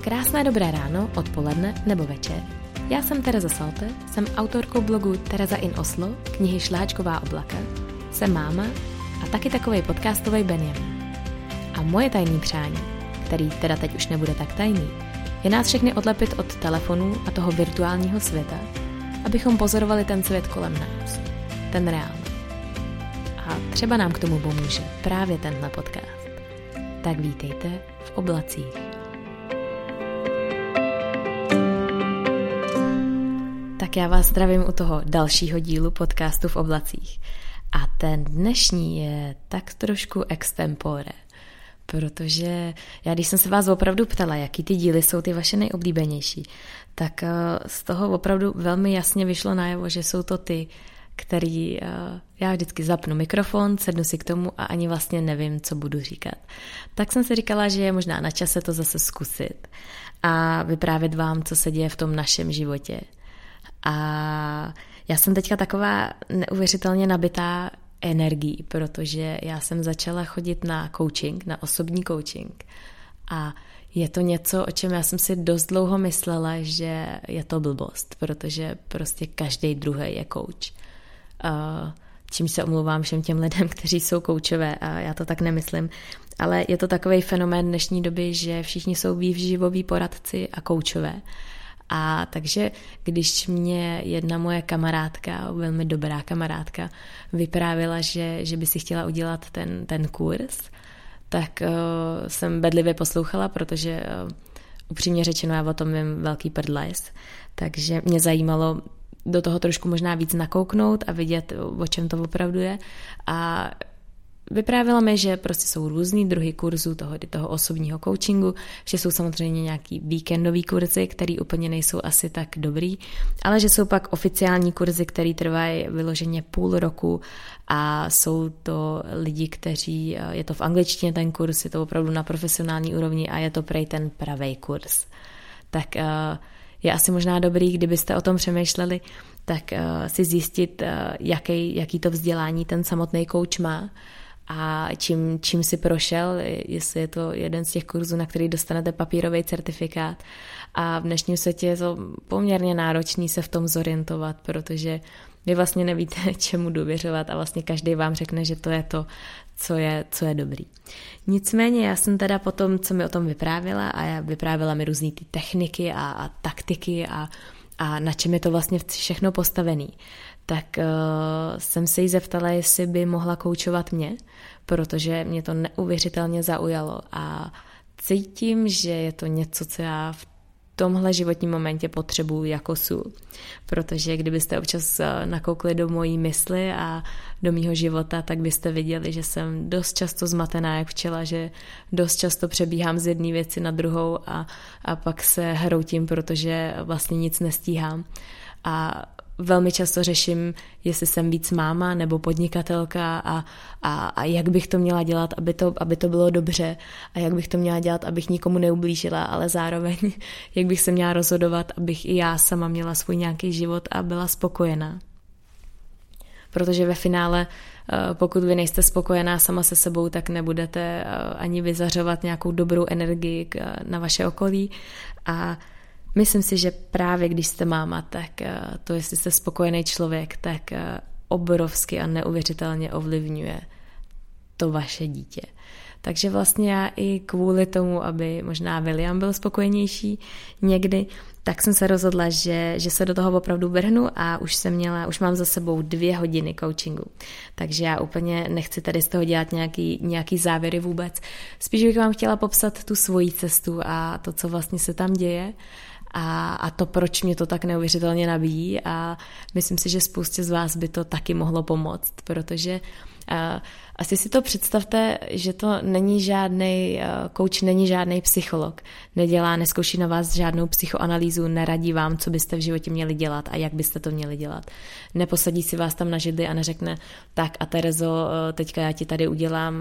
Krásné dobré ráno, odpoledne nebo večer. Já jsem Tereza Salte, jsem autorkou blogu Tereza in Oslo, knihy Šláčková oblaka, jsem máma a taky takovej podcastovej Benjamin. A moje tajný přání, který teda teď už nebude tak tajný, je nás všechny odlepit od telefonů a toho virtuálního světa, abychom pozorovali ten svět kolem nás, ten reálný. A třeba nám k tomu pomůže právě tenhle podcast. Tak vítejte v oblacích. Tak já vás zdravím u toho dalšího dílu podcastu v oblacích. A ten dnešní je tak trošku extempore, protože já, když jsem se vás opravdu ptala, jaký ty díly jsou ty vaše nejoblíbenější, tak z toho opravdu velmi jasně vyšlo najevo, že jsou to ty, který já vždycky zapnu mikrofon, sednu si k tomu a ani vlastně nevím, co budu říkat. Tak jsem si říkala, že je možná na čase to zase zkusit a vyprávět vám, co se děje v tom našem životě. A já jsem teďka taková neuvěřitelně nabitá energií, protože já jsem začala chodit na coaching, na osobní coaching. A je to něco, o čem já jsem si dost dlouho myslela, že je to blbost, protože prostě každý druhý je coach. Čím se omlouvám všem těm lidem, kteří jsou koučové a já to tak nemyslím, ale je to takový fenomén dnešní doby, že všichni jsou výživoví poradci a koučové. A takže když mě jedna moje kamarádka, velmi dobrá kamarádka, vyprávěla, že by si chtěla udělat ten kurz, tak jsem bedlivě poslouchala, protože upřímně řečeno já o tom vím velký prdlajs, takže mě zajímalo do toho trošku možná víc nakouknout a vidět, o čem to opravdu je. A vyprávěla mi, že prostě jsou různý druhy kurzů toho osobního coachingu, že jsou samozřejmě nějaký víkendový kurzy, který úplně nejsou asi tak dobrý, ale že jsou pak oficiální kurzy, které trvají vyloženě půl roku a jsou to lidi, kteří, je to v angličtině ten kurz, je to opravdu na profesionální úrovni a je to prej ten pravej kurz. Tak je asi možná dobrý, kdybyste o tom přemýšleli, tak si zjistit, jaký to vzdělání ten samotný coach má a čím si prošel, jestli je to jeden z těch kurzů, na který dostanete papírový certifikát. A v dnešním světě je to poměrně náročný se v tom zorientovat, protože vy vlastně nevíte, čemu důvěřovat a vlastně každý vám řekne, že to je to, co je dobrý. Nicméně já jsem teda potom, co mi o tom vyprávěla a vyprávěla mi různý ty techniky a taktiky a na čem je to vlastně všechno postavený, tak jsem se jí zeptala, jestli by mohla koučovat mě, protože mě to neuvěřitelně zaujalo a cítím, že je to něco, co já v tomhle životním momentě potřebuji jako sůl. Protože kdybyste občas nakoukli do mojí mysli a do mýho života, tak byste viděli, že jsem dost často zmatená jak včela, že dost často přebíhám z jedné věci na druhou a pak se hroutím, protože vlastně nic nestíhám. A velmi často řeším, jestli jsem víc máma nebo podnikatelka a jak bych to měla dělat, aby to bylo dobře a jak bych to měla dělat, abych nikomu neublížila, ale zároveň jak bych se měla rozhodovat, abych i já sama měla svůj nějaký život a byla spokojená. Protože ve finále, pokud vy nejste spokojená sama se sebou, tak nebudete ani vyzařovat nějakou dobrou energii na vaše okolí a myslím si, že právě když jste máma, tak to, jestli jste spokojený člověk, tak obrovsky a neuvěřitelně ovlivňuje to vaše dítě. Takže vlastně já i kvůli tomu, aby možná William byl spokojenější někdy, tak jsem se rozhodla, že se do toho opravdu vrhnu a už mám za sebou 2 hodiny coachingu. Takže já úplně nechci tady z toho dělat nějaký závěry vůbec. Spíš bych vám chtěla popsat tu svoji cestu a to, co vlastně se tam děje. A to, proč mě to tak neuvěřitelně nabíjí a myslím si, že spoustě z vás by to taky mohlo pomoct, protože asi si to představte, že to není žádnej coach, není žádnej psycholog, neskouší na vás žádnou psychoanalýzu, neradí vám, co byste v životě měli dělat a jak byste to měli dělat. Neposadí si vás tam na židli a neřekne, tak a Terezo, teďka já ti tady udělám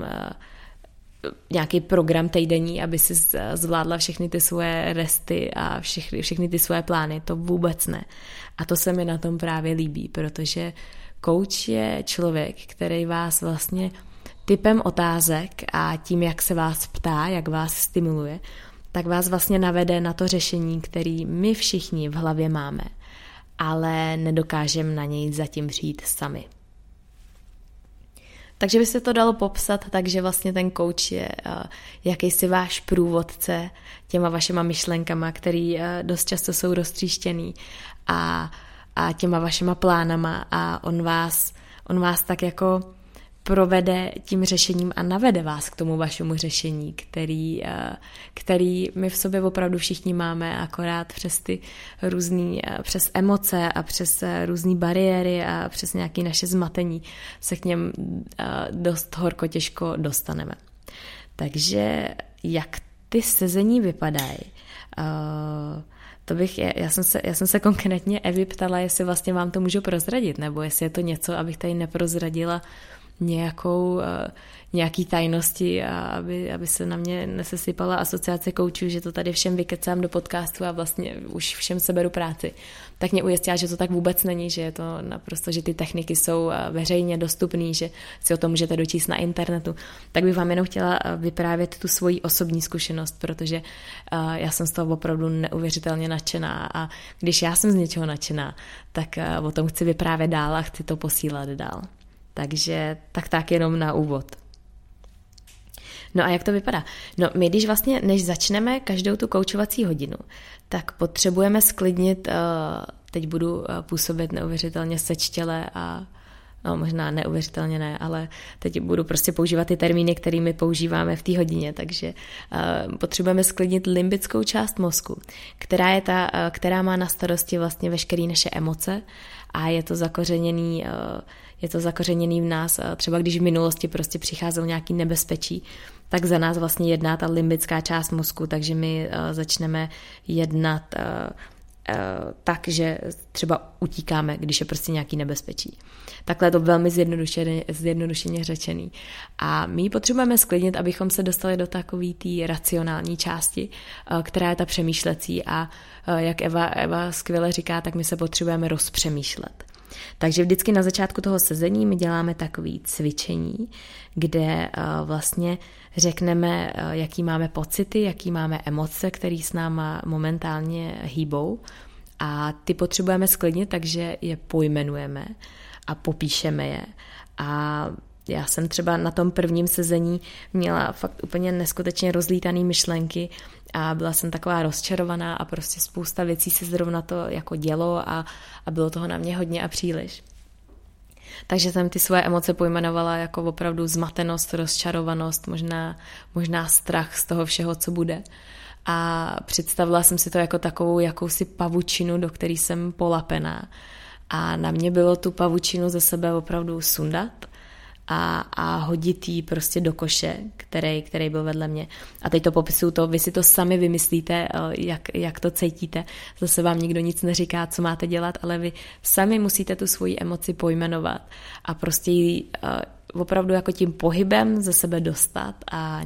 nějaký program týdenní, aby si zvládla všechny ty svoje resty a všechny ty svoje plány. To vůbec ne. A to se mi na tom právě líbí, protože coach je člověk, který vás vlastně typem otázek a tím, jak se vás ptá, jak vás stimuluje, tak vás vlastně navede na to řešení, který my všichni v hlavě máme, ale nedokážeme na něj zatím přijít sami. Takže by se to dalo popsat tak, že vlastně ten coach je jakýsi váš průvodce těma vašima myšlenkama, který dost často jsou roztříštěný a těma vašima plánama a on vás tak jako provede tím řešením a navede vás k tomu vašemu řešení, který my v sobě opravdu všichni máme, akorát přes emoce a přes různý bariéry a přes nějaké naše zmatení se k něm dost horko těžko dostaneme. Takže jak ty sezení vypadají? Já jsem se konkrétně Evy ptala, jestli vlastně vám to můžu prozradit, nebo jestli je to něco, abych tady neprozradila nějaký tajnosti a aby se na mě nesesypala asociace koučů, že to tady všem vykecám do podcastu a vlastně už všem seberu práci. Tak mě ujistila, že to tak vůbec není, že je to naprosto, že ty techniky jsou veřejně dostupné, že si o tom můžete dočíst na internetu. Tak bych vám jenom chtěla vyprávět tu svoji osobní zkušenost, protože já jsem z toho opravdu neuvěřitelně nadšená a když já jsem z něčeho nadšená, tak o tom chci vyprávět dál a chci to posílat dál. Takže tak jenom na úvod. No a jak to vypadá? No my když vlastně, než začneme každou tu koučovací hodinu, tak potřebujeme sklidnit, teď budu působit neuvěřitelně sečtěle a no možná neuvěřitelně ne, ale teď budu prostě používat ty termíny, kterými používáme v té hodině, takže potřebujeme sklidnit limbickou část mozku, která je která má na starosti vlastně veškeré naše emoce a je to zakořeněný v nás, třeba když v minulosti prostě přicházelo nějaký nebezpečí, tak za nás vlastně jedná ta limbická část mozku, takže my začneme jednat tak, že třeba utíkáme, když je prostě nějaký nebezpečí. Takhle je to velmi zjednodušeně řečený. A my ji potřebujeme sklidnit, abychom se dostali do takové té racionální části, která je ta přemýšlecí a jak Eva skvěle říká, tak my se potřebujeme rozpřemýšlet. Takže vždycky na začátku toho sezení my děláme takové cvičení, kde vlastně řekneme, jaký máme pocity, jaký máme emoce, které s náma momentálně hýbou a ty potřebujeme sklidnit, takže je pojmenujeme a popíšeme je. A já jsem třeba na tom prvním sezení měla fakt úplně neskutečně rozlítaný myšlenky a byla jsem taková rozčarovaná a prostě spousta věcí se zrovna to jako dělo a bylo toho na mě hodně a příliš. Takže jsem ty svoje emoce pojmenovala jako opravdu zmatenost, rozčarovanost, možná strach z toho všeho, co bude. A představila jsem si to jako takovou jakousi pavučinu, do které jsem polapená. A na mě bylo tu pavučinu ze sebe opravdu sundat a hodit jí prostě do koše, který byl vedle mě. A teď to popisuju to, vy si to sami vymyslíte, jak to cítíte. Zase vám nikdo nic neříká, co máte dělat, ale vy sami musíte tu svoji emoci pojmenovat a prostě ji opravdu jako tím pohybem ze sebe dostat a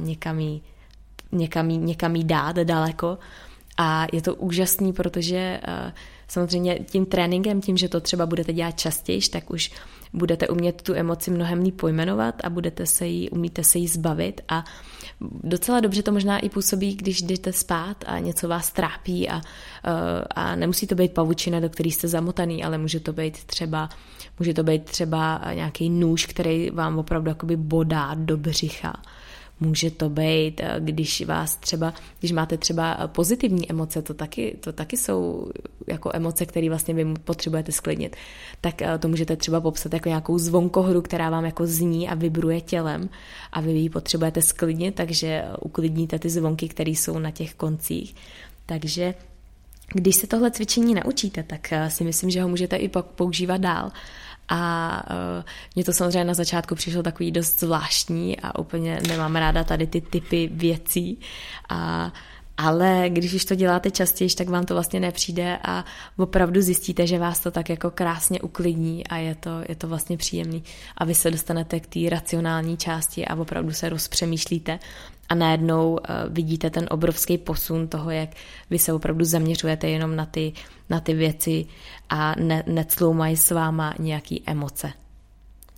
někam jí dát daleko. A je to úžasný, protože samozřejmě tím tréninkem, tím, že to třeba budete dělat častěji, tak už budete umět tu emoci mnohem líp pojmenovat a umíte se jí zbavit a docela dobře to možná i působí, když jdete spát a něco vás trápí a nemusí to být pavučina, do který jste zamotaný, ale může to být třeba nějaký nůž, který vám opravdu jakoby bodá do břicha. Může to být, když máte třeba pozitivní emoce, to taky jsou jako emoce, které vlastně vy potřebujete sklidnit. Tak to můžete třeba popsat jako nějakou zvonkohru, která vám jako zní a vibruje tělem a vy ji potřebujete sklidnit, takže uklidníte ty zvonky, které jsou na těch koncích. Takže když se tohle cvičení naučíte, tak si myslím, že ho můžete i používat dál. A mně to samozřejmě na začátku přišlo takový dost zvláštní a úplně nemám ráda tady ty typy věcí, ale když už to děláte častěji, tak vám to vlastně nepřijde a opravdu zjistíte, že vás to tak jako krásně uklidní a je to vlastně příjemný a vy se dostanete k té racionální části a opravdu se rozpřemýšlíte a najednou vidíte ten obrovský posun toho, jak vy se opravdu zaměřujete jenom na ty věci a necloumají s váma nějaký emoce.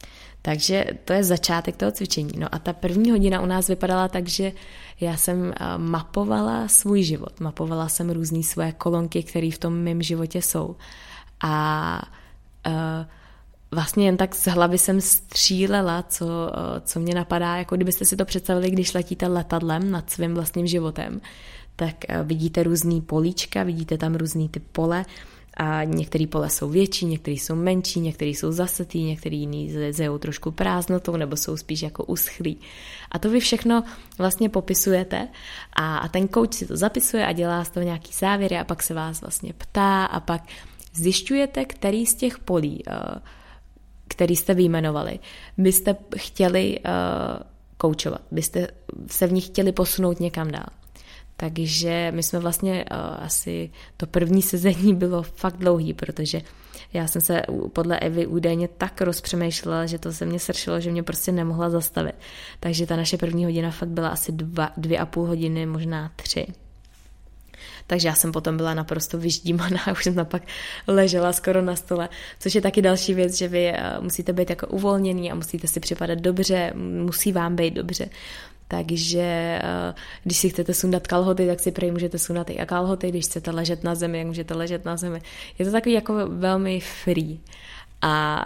Takže to je začátek toho cvičení. No a ta první hodina u nás vypadala tak, že já jsem mapovala svůj život. Mapovala jsem různý svoje kolonky, které v tom mém životě jsou. A vlastně jen tak z hlavy jsem střílela, co mě napadá, jako kdybyste si to představili, když letíte letadlem nad svým vlastním životem, tak vidíte různý políčka, vidíte tam různý typ pole a některé pole jsou větší, některé jsou menší, některé jsou zasetý, některé jiný zejou trošku prázdnotou nebo jsou spíš jako uschlý. A to vy všechno vlastně popisujete a ten coach si to zapisuje a dělá z toho nějaký závěry a pak se vás vlastně ptá a pak zjišťujete, který z těch polí, který jste vyjmenovali, byste chtěli koučovat, byste se v nich chtěli posunout někam dál. Takže my jsme vlastně asi to první sezení bylo fakt dlouhý, protože já jsem se podle Evy údajně tak rozpřemýšlela, že to se mě sršilo, že mě prostě nemohla zastavit. Takže ta naše první hodina fakt byla asi 2,5 hodiny, možná 3. Takže já jsem potom byla naprosto vyždímaná, už jsem tam pak ležela skoro na stole, což je taky další věc, že vy musíte být jako uvolněný a musíte si připadat dobře, musí vám být dobře. Takže když si chcete sundat kalhoty, tak si prej můžete sundat i kalhoty, když chcete ležet na zemi, jak můžete ležet na zemi. Je to takový jako velmi free. A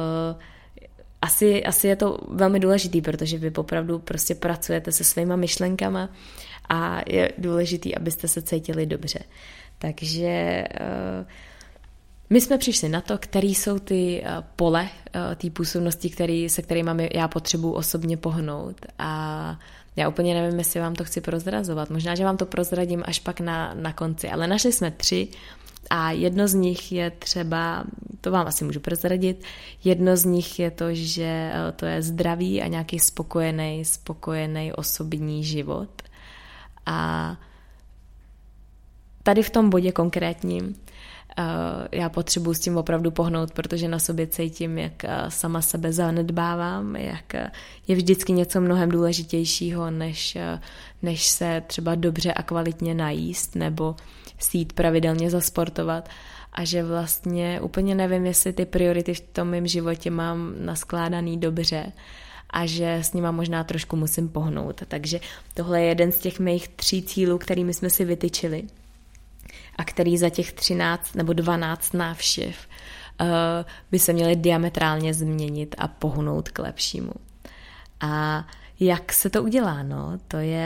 asi je to velmi důležitý, protože vy opravdu prostě pracujete se svýma myšlenkama a je důležitý, abyste se cítili dobře. Takže my jsme přišli na to, který jsou ty pole, ty působnosti, se kterými já potřebuji osobně pohnout. A já úplně nevím, jestli vám to chci prozrazovat. Možná, že vám to prozradím až pak na konci. Ale našli jsme 3 a jedno z nich je třeba, to vám asi můžu prozradit, jedno z nich je to, že to je zdravý a nějaký spokojený osobní život. A tady v tom bodě konkrétním já potřebuji s tím opravdu pohnout, protože na sobě cítím, jak sama sebe zanedbávám, jak je vždycky něco mnohem důležitějšího, než se třeba dobře a kvalitně najíst nebo si jít pravidelně zasportovat a že vlastně úplně nevím, jestli ty priority v tom mém životě mám naskládaný dobře a že s nima možná trošku musím pohnout. Takže tohle je jeden z těch mých 3 cílů, kterými jsme si vytyčili a který za těch 13 nebo 12 návštěv by se měly diametrálně změnit a pohnout k lepšímu. A jak se to udělá? No,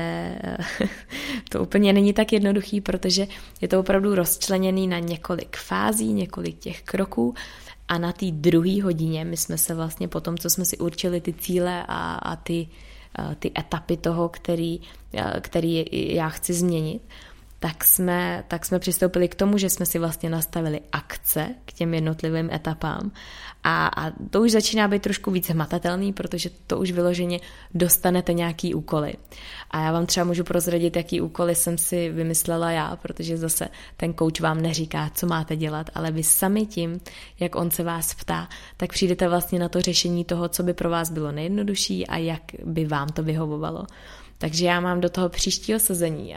to úplně není tak jednoduchý, protože je to opravdu rozčleněný na několik fází, několik těch kroků a na té druhé hodině my jsme se vlastně po tom, co jsme si určili ty cíle a ty etapy toho, který já chci změnit, tak jsme přistoupili k tomu, že jsme si vlastně nastavili akce k těm jednotlivým etapám a to už začíná být trošku víc hmatatelný, protože to už vyloženě dostanete nějaký úkoly. A já vám třeba můžu prozradit, jaký úkoly jsem si vymyslela já, protože zase ten coach vám neříká, co máte dělat, ale vy sami tím, jak on se vás ptá, tak přijdete vlastně na to řešení toho, co by pro vás bylo nejjednodušší a jak by vám to vyhovovalo. Takže já mám do toho příštího sezení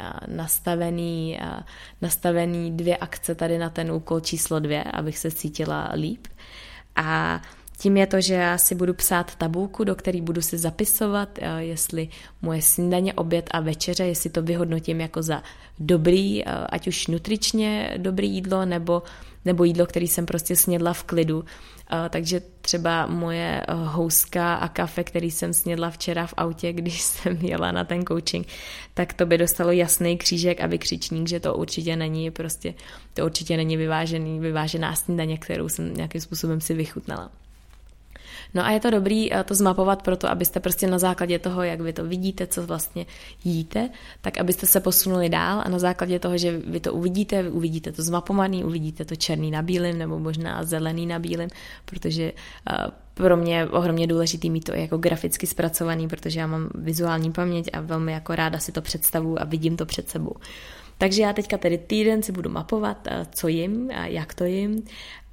nastavený 2 akce tady na ten úkol číslo 2, abych se cítila líp. A tím je to, že já si budu psát tabulku, do které budu si zapisovat, jestli moje snídaně, oběd a večeře, jestli to vyhodnotím jako za dobrý, ať už nutričně dobrý jídlo, nebo jídlo, který jsem prostě snědla v klidu. Takže třeba moje houska a kafe, který jsem snědla včera v autě, když jsem jela na ten coaching, tak to by dostalo jasný křížek a vykřičník, že to určitě není vyvážená snídaně, kterou jsem nějakým způsobem si vychutnala. No a je to dobrý to zmapovat proto, abyste prostě na základě toho, jak vy to vidíte, co vlastně jíte, tak abyste se posunuli dál a na základě toho, že vy to uvidíte to zmapovaný, uvidíte to černý na bílým nebo možná zelený na bílým, protože pro mě je ohromně důležitý mít to jako graficky zpracovaný, protože já mám vizuální paměť a velmi jako ráda si to představuji a vidím to před sebou. Takže já teďka tedy týden si budu mapovat, co jim a jak to jim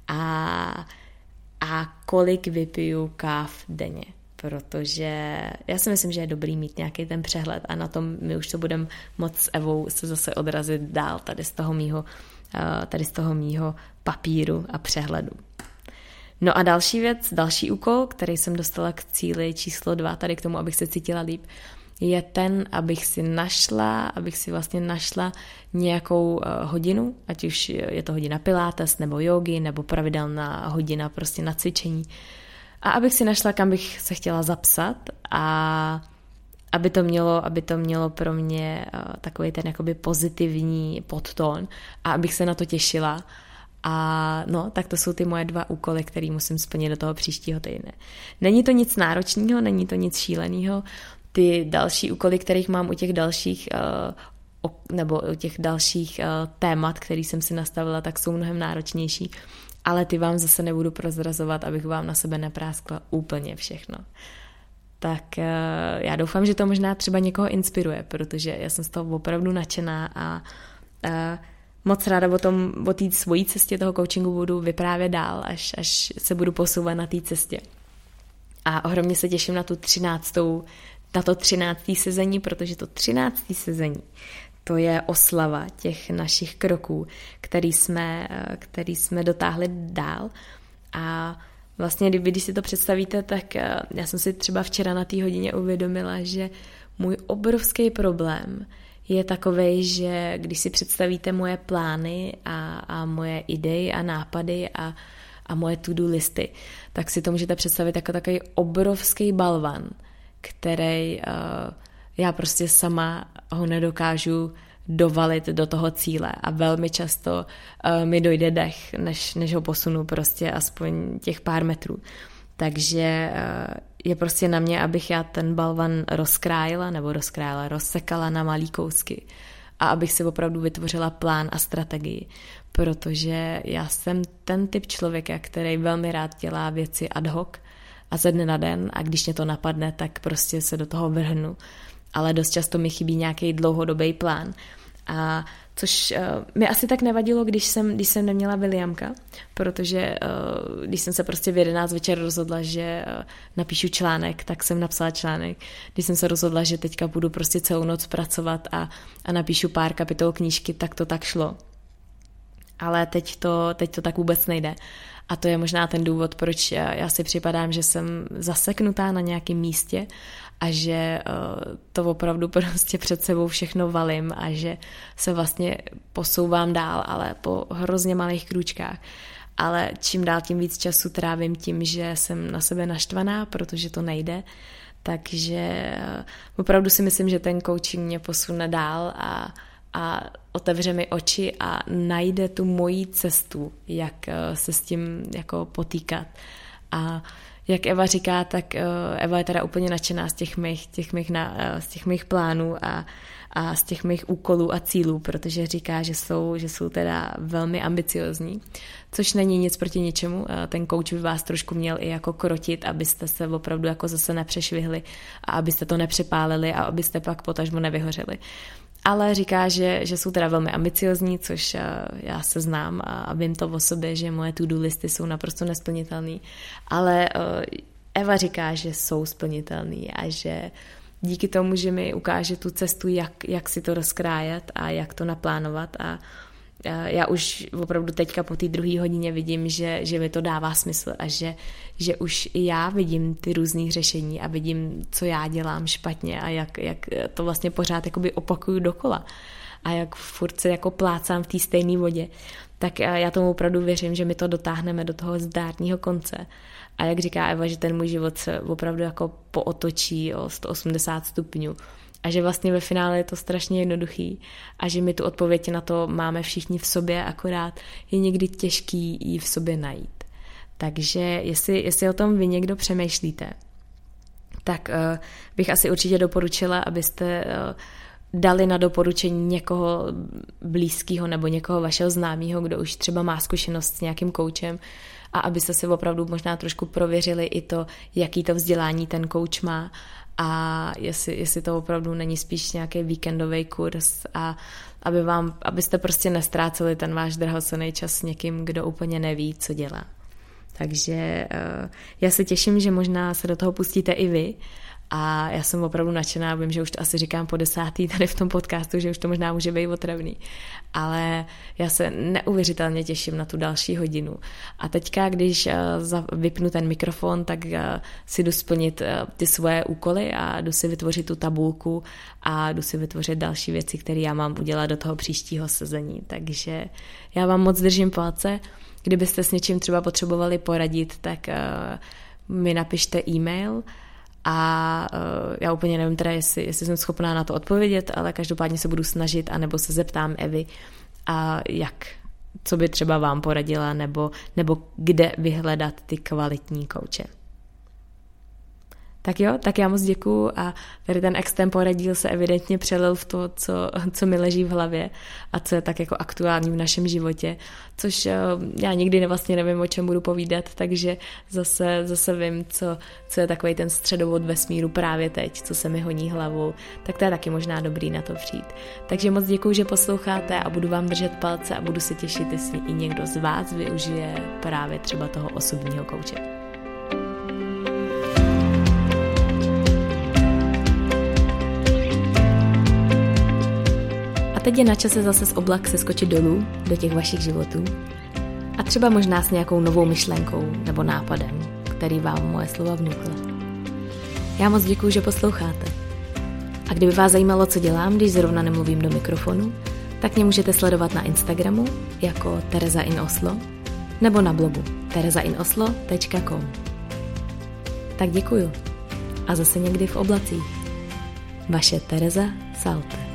a kolik vypiju káv denně, protože já si myslím, že je dobrý mít nějaký ten přehled a na tom my už to budeme moc s Evou se zase odrazit dál tady z toho mýho papíru a přehledu. No a další věc, další úkol, který jsem dostala k cíli číslo 2, tady k tomu, abych se cítila líp, je ten, abych si vlastně našla nějakou hodinu, ať už je to hodina pilates, nebo jógy, nebo pravidelná hodina prostě na cvičení. A abych si našla, kam bych se chtěla zapsat a aby to mělo pro mě takový ten jakoby pozitivní podtón a abych se na to těšila. A no, tak to jsou ty moje 2 úkoly, které musím splnit do toho příštího týdne. Není to nic náročného, není to nic šíleného. Ty další úkoly, kterých mám u těch dalších témat, který jsem si nastavila, tak jsou mnohem náročnější, ale ty vám zase nebudu prozrazovat, abych vám na sebe nepráskla úplně všechno. Tak já doufám, že to možná třeba někoho inspiruje, protože já jsem z toho opravdu nadšená a moc ráda o té svojí cestě toho coachingu budu vyprávět dál, až se budu posouvat na té cestě. A ohromně se těším na to 13. sezení, protože to 13. sezení, to je oslava těch našich kroků, který jsme dotáhli dál. A vlastně, když si to představíte, tak já jsem si třeba včera na té hodině uvědomila, že můj obrovský problém je takovej, že když si představíte moje plány a moje idei a nápady a moje to-do listy, tak si to můžete představit jako takový obrovský balvan, který já prostě sama ho nedokážu dovalit do toho cíle a velmi často mi dojde dech, než ho posunu prostě aspoň těch pár metrů. Takže je prostě na mě, abych já ten balvan rozsekala na malý kousky a abych si opravdu vytvořila plán a strategii, protože já jsem ten typ člověka, který velmi rád dělá věci ad hoc a ze dne na den a když mě to napadne, tak prostě se do toho vrhnu, ale dost často mi chybí nějaký dlouhodobý plán. A což mi asi tak nevadilo, když jsem neměla Williamka, protože když jsem se prostě v 11 večer rozhodla, že napíšu článek, tak jsem napsala článek. Když jsem se rozhodla, že teďka budu prostě celou noc pracovat a napíšu pár kapitol knížky, tak to tak šlo. Ale teď to tak vůbec nejde. A to je možná ten důvod, proč já si připadám, že jsem zaseknutá na nějakém místě a že to opravdu prostě před sebou všechno valím a že se vlastně posouvám dál, ale po hrozně malých krůčkách. Ale čím dál tím víc času trávím tím, že jsem na sebe naštvaná, protože to nejde. Takže opravdu si myslím, že ten coaching mě posune dál a otevře mi oči a najde tu moji cestu, jak se s tím jako potýkat. A jak Eva říká, tak Eva je teda úplně nadšená z těch mých plánů a z těch mých úkolů a cílů, protože říká, že jsou teda velmi ambiciozní, což není nic proti ničemu. Ten coach by vás trošku měl i jako krotit, abyste se opravdu jako zase nepřešvihli a abyste to nepřepálili a abyste pak potažmo nevyhořeli. Ale říká, že jsou teda velmi ambiciozní, což já se znám a vím to o sobě, že moje to-do listy jsou naprosto nesplnitelné. Ale Eva říká, že jsou splnitelný a že díky tomu, že mi ukáže tu cestu, jak si to rozkrájet a jak to naplánovat a já už opravdu teďka po té 2. hodině vidím, že mi to dává smysl a že už i já vidím ty různý řešení a vidím, co já dělám špatně a jak to vlastně pořád jakoby opakuju dokola a jak furt se jako plácám v té stejné vodě, tak já tomu opravdu věřím, že my to dotáhneme do toho zdárného konce. A jak říká Eva, že ten můj život se opravdu jako pootočí o 180 stupňů a že vlastně ve finále je to strašně jednoduchý a že my tu odpověď na to máme všichni v sobě, akorát je někdy těžký ji v sobě najít. Takže jestli o tom vy někdo přemýšlíte, tak bych asi určitě doporučila, abyste dali na doporučení někoho blízkého nebo někoho vašeho známého, kdo už třeba má zkušenost s nějakým koučem a abyste si opravdu možná trošku prověřili i to, jaký to vzdělání ten kouč má a jestli to opravdu není spíš nějaký víkendový kurz a abyste prostě nestráceli ten váš drahocenný čas s někým, kdo úplně neví, co dělá. Takže já se těším, že možná se do toho pustíte i vy A já jsem opravdu nadšená, vím, že už to asi říkám po 10. tady v tom podcastu, že už to možná může být otravný. Ale já se neuvěřitelně těším na tu další hodinu. A teďka, když vypnu ten mikrofon, tak si jdu splnit ty svoje úkoly a jdu si vytvořit tu tabulku a jdu si vytvořit další věci, které já mám udělat do toho příštího sezení. Takže já vám moc držím palce. Kdybyste s něčím třeba potřebovali poradit, tak mi napište e-mail a já úplně nevím teda, jestli jsem schopná na to odpovědět, ale každopádně se budu snažit, anebo se zeptám Evy, a co by třeba vám poradila, nebo kde vyhledat ty kvalitní kouče. Tak jo, tak já moc děkuju a tady ten extempore díl se evidentně přelil v to, co mi leží v hlavě a co je tak jako aktuální v našem životě, což já nikdy vlastně nevím, o čem budu povídat, takže zase vím, co je takový ten středovod vesmíru právě teď, co se mi honí hlavou, tak to je taky možná dobrý na to přijít. Takže moc děkuju, že posloucháte a budu vám držet palce a budu se těšit, jestli i někdo z vás využije právě třeba toho osobního kouče. A teď je na čase zase z oblak seskočit dolů do těch vašich životů a třeba možná s nějakou novou myšlenkou nebo nápadem, který vám moje slova vnukla. Já moc děkuju, že posloucháte. A kdyby vás zajímalo, co dělám, když zrovna nemluvím do mikrofonu, tak mě můžete sledovat na Instagramu jako Tereza in Oslo nebo na blogu terezainoslo.com. Tak děkuju. A zase někdy v oblacích. Vaše Tereza Salte.